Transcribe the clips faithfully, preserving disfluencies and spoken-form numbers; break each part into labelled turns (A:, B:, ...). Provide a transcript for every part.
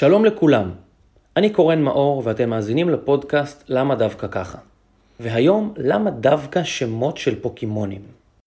A: שלום לכולם, אני קורן מאור ואתם מאזינים לפודקאסט למה דווקא ככה. והיום למה דווקא שמות של פוקימונים.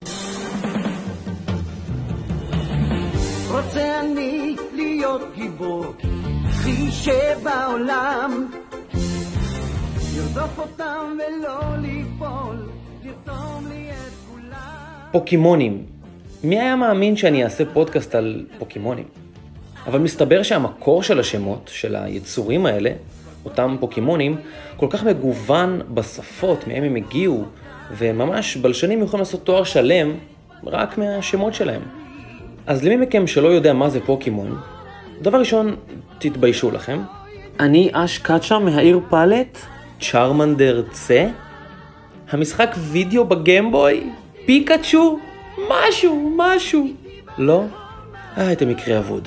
B: רוצה אני להיות גיבור, הכי שבעולם, לרדוף אותם ולא ליפול, לרתום לי את כולם.
A: פוקימונים. מי היה מאמין שאני אעשה פודקאסט על פוקימונים? אבל מסתבר שהמקור של השמות, של היצורים האלה, אותם פוקימונים, כל כך מגוון בשפות מהם הם הגיעו, וממש בלשנים יכולים לעשות תואר שלם רק מהשמות שלהם. אז למי מכם שלא יודע מה זה פוקימון, דבר ראשון, תתביישו לכם. אני אש קאצ'ה מהעיר פלט, צ'רמנדר צה, המשחק וידאו בגיימבוי, פיקאצ'ו, משהו, משהו. לא? אה, הייתם מקרה אבוד.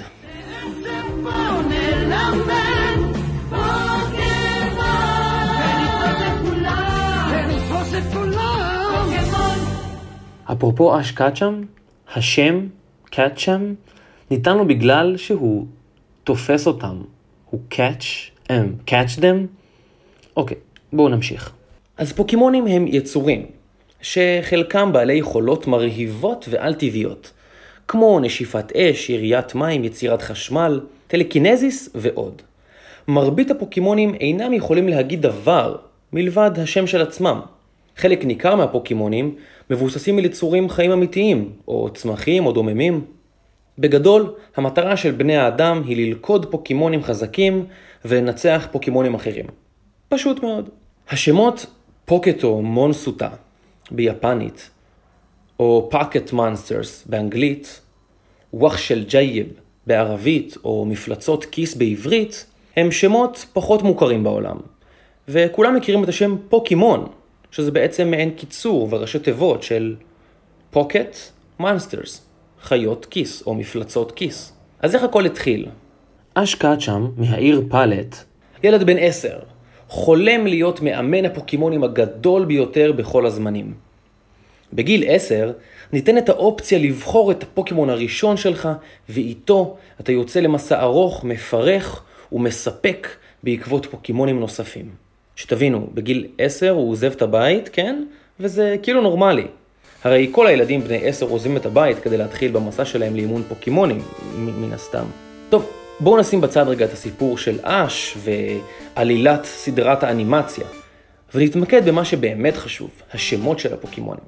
A: אפרופו אש קאצ'ם, השם קאצ'ם ניתן לו בגלל שהוא תופס אותם. הוא catch, um, catch them. אוקיי, בואו נמשיך. אז פוקימונים הם יצורים, שחלקם בעלי יכולות מרהיבות ועל טבעיות, כמו נשיפת אש, יריית מים, יצירת חשמל, טלקינזיס ועוד. מרבית הפוקימונים אינם יכולים להגיד דבר מלבד השם של עצמם. חלק ניכר מהפוקימונים מבוססים על יצורים חיים אמיתיים, או צמחים או דוממים. בגדול, המטרה של בני האדם היא ללכוד פוקימונים חזקים ולנצח פוקימונים אחרים. פשוט מאוד. השמות פוקט או מונסוטה ביפנית, או פאקט מונסטרס באנגלית, ווח של ג'ייב בערבית, או מפלצות כיס בעברית, הם שמות פחות מוכרים בעולם. וכולם מכירים את השם פוקימון, שזה בעצם מעין קיצור וראשי תיבות של פוקט מונסטרס, חיות כיס או מפלצות כיס. אז איך הכל התחיל? אש קאצ'ם מהעיר פלט, ילד בן עשר, חולם להיות מאמן הפוקימונים הגדול ביותר בכל הזמנים. בגיל עשר ניתנת האופציה לבחור את הפוקימון הראשון שלך, ואיתו אתה יוצא למסע ארוך, מפרך ומספק בעקבות פוקימונים נוספים. שתבינו, בגיל עשר הוא עוזב את הבית, כן? וזה כאילו נורמלי. הרי כל הילדים בני עשר עוזבים את הבית כדי להתחיל במסע שלהם לאימון פוקימונים, מן הסתם. טוב, בואו נשים בצד רגע את הסיפור של אש ועלילת סדרת האנימציה, ונתמקד במה שבאמת חשוב, השמות של הפוקימונים.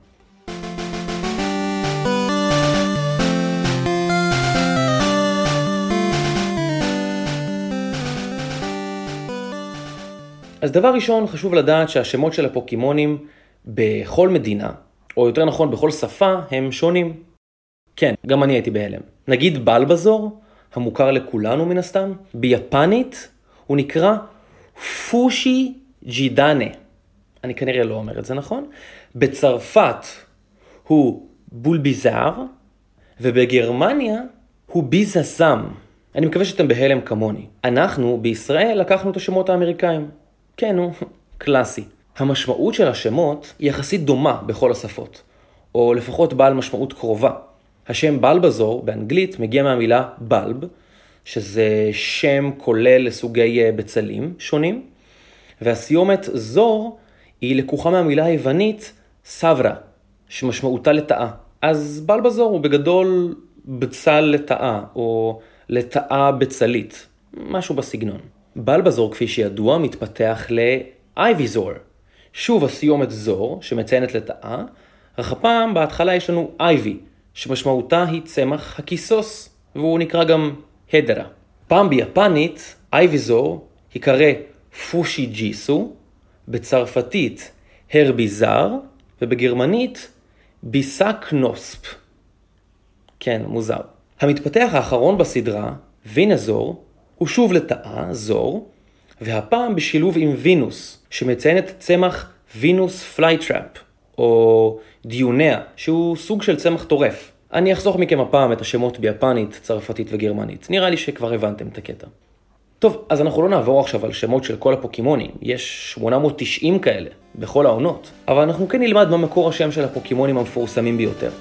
A: אז דבר ראשון חשוב לדעת שהשמות של הפוקימונים בכל מדינה, או יותר נכון בכל שפה, הם שונים. כן, גם אני הייתי בהלם. נגיד בלבזור, המוכר לכולנו מן הסתם, ביפנית הוא נקרא פושי ג'ידנה. אני כנראה לא אומר את זה נכון. בצרפת הוא בולביזר, ובגרמניה הוא ביזזם. אני מקווה שאתם בהלם כמוני. אנחנו בישראל לקחנו את השמות האמריקאים. כן, הוא קלאסי. המשמעות של השמות היא יחסית דומה בכל השפות, או לפחות בעל משמעות קרובה. השם בלבזור באנגלית מגיע מהמילה בלב, שזה שם כולל לסוגי בצלים שונים, והסיומת זור היא לקוחה מהמילה היוונית סברה, שמשמעותה לטאה. אז בלבזור הוא בגדול בצל לטאה, או לטאה בצלית, משהו בסגנון. בלבזור, כפי שידוע, מתפתח לאייביזור. שוב הסיומת זור, שמציינת לטאה, אך הפעם בהתחלה יש לנו אייבי, שמשמעותה היא צמח הכיסוס, והוא נקרא גם הדרה. פעם ביפנית, אייביזור יקרא פושי ג'יסו, בצרפתית הרביזר, ובגרמנית ביסקנוספ. כן, מוזר. המתפתח האחרון בסדרה, וינזור, הוא שוב לטאה, זור, והפעם בשילוב עם וינוס, שמציינת צמח וינוס פלייטראפ, או דיוניה, שהוא סוג של צמח טורף. אני אחסוך מכם הפעם את השמות ביפנית, צרפתית וגרמנית. נראה לי שכבר הבנתם את הקטע. טוב, אז אנחנו לא נעבור עכשיו על שמות של כל הפוקימונים. יש שמונה מאות ותשעים כאלה, בכל העונות. אבל אנחנו כן נלמד מה מקור השם של הפוקימונים המפורסמים ביותר.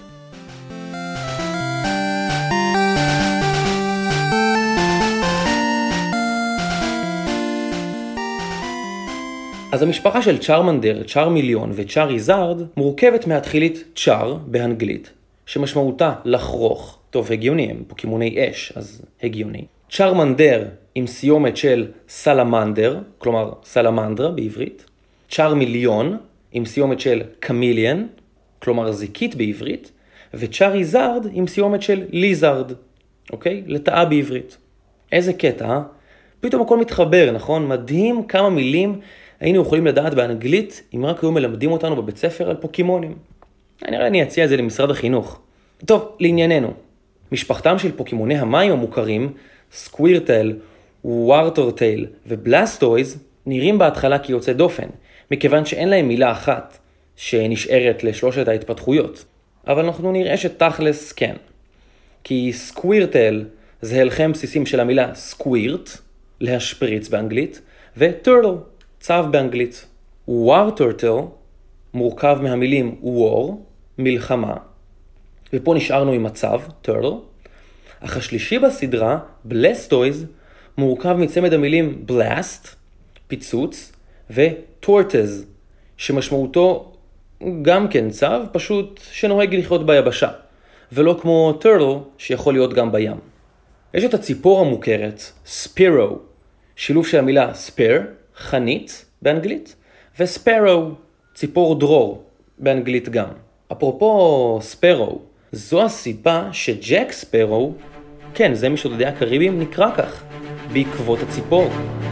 A: אז המשפחה של צ'רמנדר, צ'רמיליון וצ'אריזארד מורכבת מהתחילית צ'אר באנגלית, שמשמעותה לחרוך. טוב, הגיוני, הם פוקימוני אש, אז הגיוני. צ'רמנדר עם סיומת של סלמנדר, כלומר סלמנדרה בעברית. צ'רמיליון עם סיומת של קמיליאן, כלומר זיקית בעברית. וצ'אריזארד עם סיומת של ליזארד, אוקיי? לטאה בעברית. איזה קטע, אה? פתאום הכל מתחבר, נכון? מדהים כמה מילים היינו יכולים לדעת באנגלית אם רק היו מלמדים אותנו בבית ספר על פוקימונים. אני נראה אני אציע את זה למשרד החינוך. טוב, לענייננו. משפחתם של פוקימוני המים המוכרים, סקווירטל, ווארטורטייל ובלסטויז, נראים בהתחלה כיוצא דופן, מכיוון שאין להם מילה אחת שנשארת לשלושת ההתפתחויות. אבל אנחנו נראה שתכלס כן. כי סקווירטל זה הלחם בסיסים של המילה סקווירט, להשפריץ באנגלית, וטורטל, צב באנגלית. ווארטורטל מורכב מהמילים war, מלחמה, ופה נשארנו עם הצב, טורטל. אך השלישי בסדרה, בלסטויז, מורכב מצמד המילים blast, פיצוץ, וטורטז, שמשמעותו גם כן צב, פשוט שנוהג לחיות ביבשה, ולא כמו טורטל שיכול להיות גם בים. יש את הציפור המוכרת, ספירו, שילוב של המילה ספיר, חנית באנגלית, וספרו, ציפור דרור באנגלית גם. אפרופו ספרו, זו הסיבה שג'ק ספרו, כן, זה משודדי הקריבים, נקרא כך, בעקבות הציפור.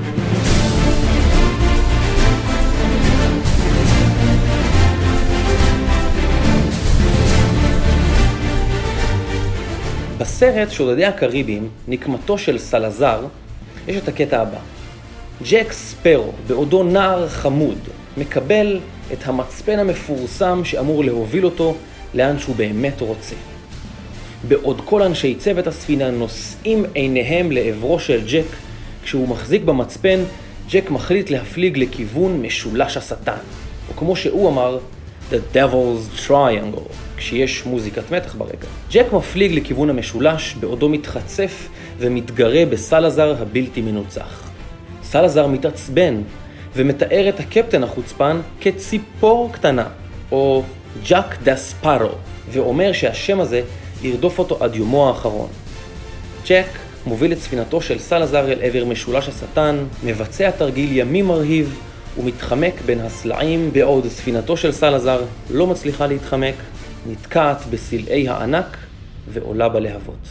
A: בסרט שודדי הקריבים, נקמתו של סלזר, יש את הקטע הבא. ג'ק ספרו, בעודו נער חמוד, מקבל את המצפן המפורסם שאמור להוביל אותו לאן שהוא באמת רוצה. בעוד כל אנשי צוות הספינה נושאים עיניהם לעברו של ג'ק, כשהוא מחזיק במצפן, ג'ק מחליט להפליג לכיוון משולש השטן, או כמו שהוא אמר, The Devil's Triangle, כשיש מוזיקת מתח ברקע. ג'ק מפליג לכיוון המשולש בעודו מתחצף ומתגרה בסלזר הבלתי מנוצח. סלזר מתעצבן ומתאר את הקפטן החוצפן כציפור קטנה, או ג'ק דה ספארו, ואומר שהשם הזה ירדוף אותו עד יומו האחרון. ג'ק מוביל את ספינתו של סלזר אל עבר משולש השטן, מבצע תרגיל ימי מרהיב ומתחמק בין הסלעים, בעוד ספינתו של סלזר לא מצליחה להתחמק, נתקעת בסלעי הענק ועולה בלהבות.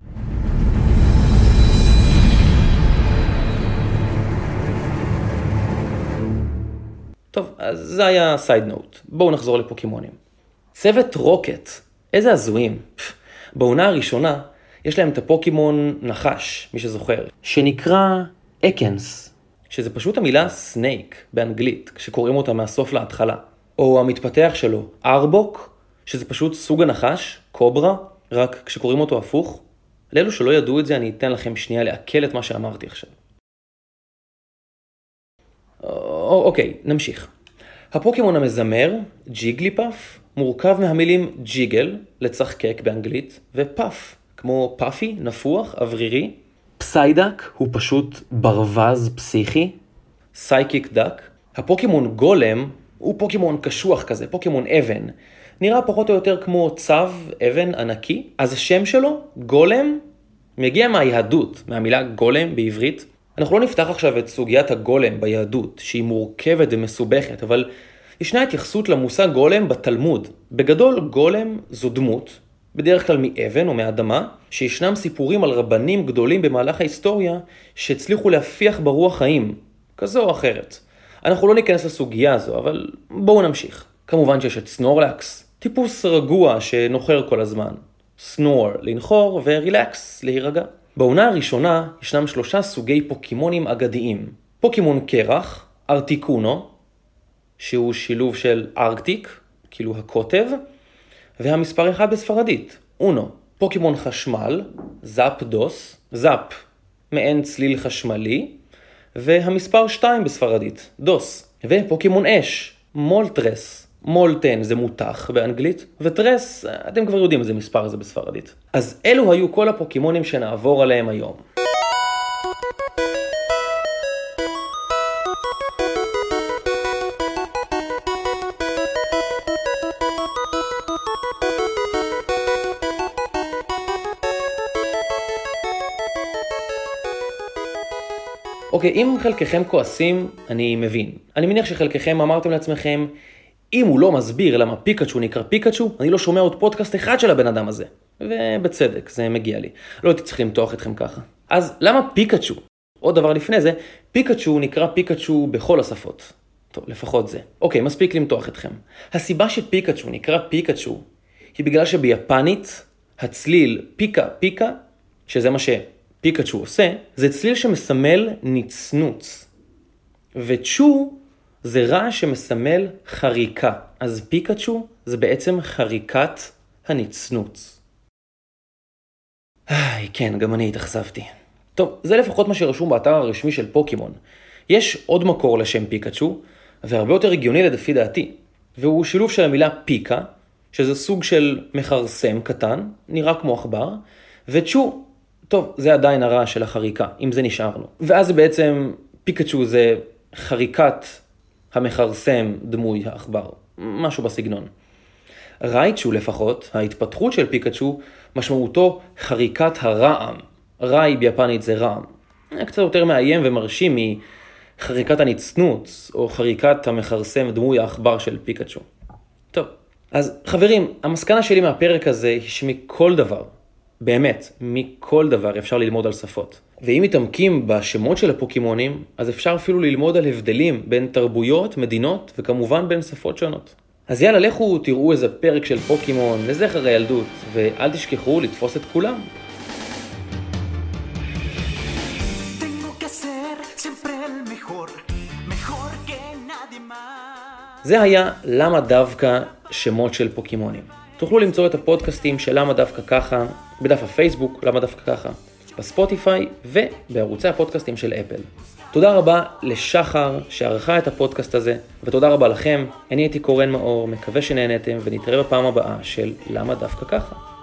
A: טוב, אז זה היה סייד נוט. בואו נחזור לפוקימונים. צוות רוקט, איזה הזויים. בעונה הראשונה יש להם את הפוקימון נחש, מי שזוכר, שנקרא אקנס, שזה פשוט המילה סנייק באנגלית, כשקוראים אותה מהסוף להתחלה. או המתפתח שלו, ארבוק, שזה פשוט סוג הנחש, קוברה, רק כשקוראים אותו הפוך. לאלו שלא ידעו את זה, אני אתן לכם שנייה לעכל את מה שאמרתי עכשיו. אוקיי, נמשיך. הפוקימון המזמר, ג'יגליפאף, מורכב מהמילים ג'יגל, לצחקק באנגלית, ופאף, כמו פאפי, נפוח, אוורירי. פסיידק הוא פשוט ברווז פסיכי. סייקיק דק. הפוקימון גולם הוא פוקימון קשוח כזה, פוקימון אבן. נראה פחות או יותר כמו צב אבן ענקי. אז השם שלו, גולם, מגיע מהיהדות, מהמילה גולם בעברית. אנחנו לא נפתח עכשיו את סוגיית הגולם ביהדות, שהיא מורכבת ומסובכת, אבל ישנה התייחסות למושג גולם בתלמוד. בגדול, גולם זו דמות, בדרך כלל מאבן או מאדמה, שישנם סיפורים על רבנים גדולים במהלך ההיסטוריה שהצליחו להפיח ברוח חיים, כזו או אחרת. אנחנו לא ניכנס לסוגיה הזו, אבל בואו נמשיך. כמובן שיש את סנורלקס, טיפוס רגוע שנוחר כל הזמן. סנור לנחור ורילקס להירגע. בעונה הראשונה ישנם שלושה סוגי פוקימונים אגדיים. פוקימון קרח, ארטיקונו, שהוא שילוב של ארקטיק, כאילו הקוטב, והמספר אחד בספרדית, אונו. פוקימון חשמל, זאפ דוס, זאפ, מעין צליל חשמלי, והמספר שתיים בספרדית, דוס. ופוקימון אש, מולטרס, מולטן זה מותח באנגלית, וטרס, אתם כבר יודעים איזה מספר זה בספרדית. אז אלו היו כל הפוקימונים שנעבור עליהם היום. אוקיי, אם חלקכם כועסים, אני מבין. אני מניח שחלקכם אמרתם לעצמכם, אם הוא לא מסביר למה פיקאצ'ו נקרא פיקאצ'ו, אני לא שומע עוד פודקאסט אחד של הבן אדם הזה. ובצדק, זה מגיע לי. לא הייתי צריך למתוח אתכם ככה. אז למה פיקאצ'ו? עוד דבר לפני זה, פיקאצ'ו נקרא פיקאצ'ו בכל השפות. טוב, לפחות זה. אוקיי, מספיק למתוח אתכם. הסיבה שפיקאצ'ו נקרא פיקאצ'ו, היא בגלל שביפנית, הצליל פיקה פיקה, שזה מה שפיקאצ'ו עושה, זה צליל שמסמל נצנוץ. וצ'ו זה רעש שמסמל חריקה. אז פיקאצ'ו זה בעצם חריקת הנצנוץ. איי, כן, גם אני התאכזבתי. טוב, זה לפחות מה שרשום באתר הרשמי של פוקימון. יש עוד מקור לשם פיקאצ'ו, והרבה יותר הגיוני לדפי דעתי. והוא שילוב של המילה פיקה, שזה סוג של מחרסם קטן, נראה כמו עכבר, וצ'ו, טוב, זה עדיין הרעש של החריקה, אם זה נשארנו. ואז זה בעצם, פיקאצ'ו זה חריקת המחרסם דמוי העכבר, משהו בסגנון. רייצ'ו לפחות, ההתפתחות של פיקאצ'ו, משמעותו חריקת הרעם. ראי ביפנית זה רעם. קצת יותר מאיים ומרשים מחריקת הנצנוץ, או חריקת המחרסם דמוי העכבר של פיקאצ'ו. טוב, אז חברים, המסקנה שלי מהפרק הזה היא שמכל דבר, באמת, מכל דבר אפשר ללמוד על שפות. ואם מתעמקים בשמות של הפוקימונים, אז אפשר אפילו ללמוד על הבדלים בין תרבויות, מדינות, וכמובן בין שפות שונות. אז יאללה, לכו תראו איזה פרק של פוקימון לזכר הילדות, ואל תשכחו לתפוס את כולם. זה היה למה דווקא שמות של פוקימונים. תוכלו למצוא את הפודקאסטים של למה דווקא ככה, בדף הפייסבוק, למה דווקא ככה, בספוטיפיי ובערוצי הפודקאסטים של אפל. תודה רבה לשחר שערכה את הפודקאסט הזה, ותודה רבה לכם. אני הייתי קורן מאור, מקווה שנהנתם, ונתראה בפעם הבאה של למה דווקא ככה.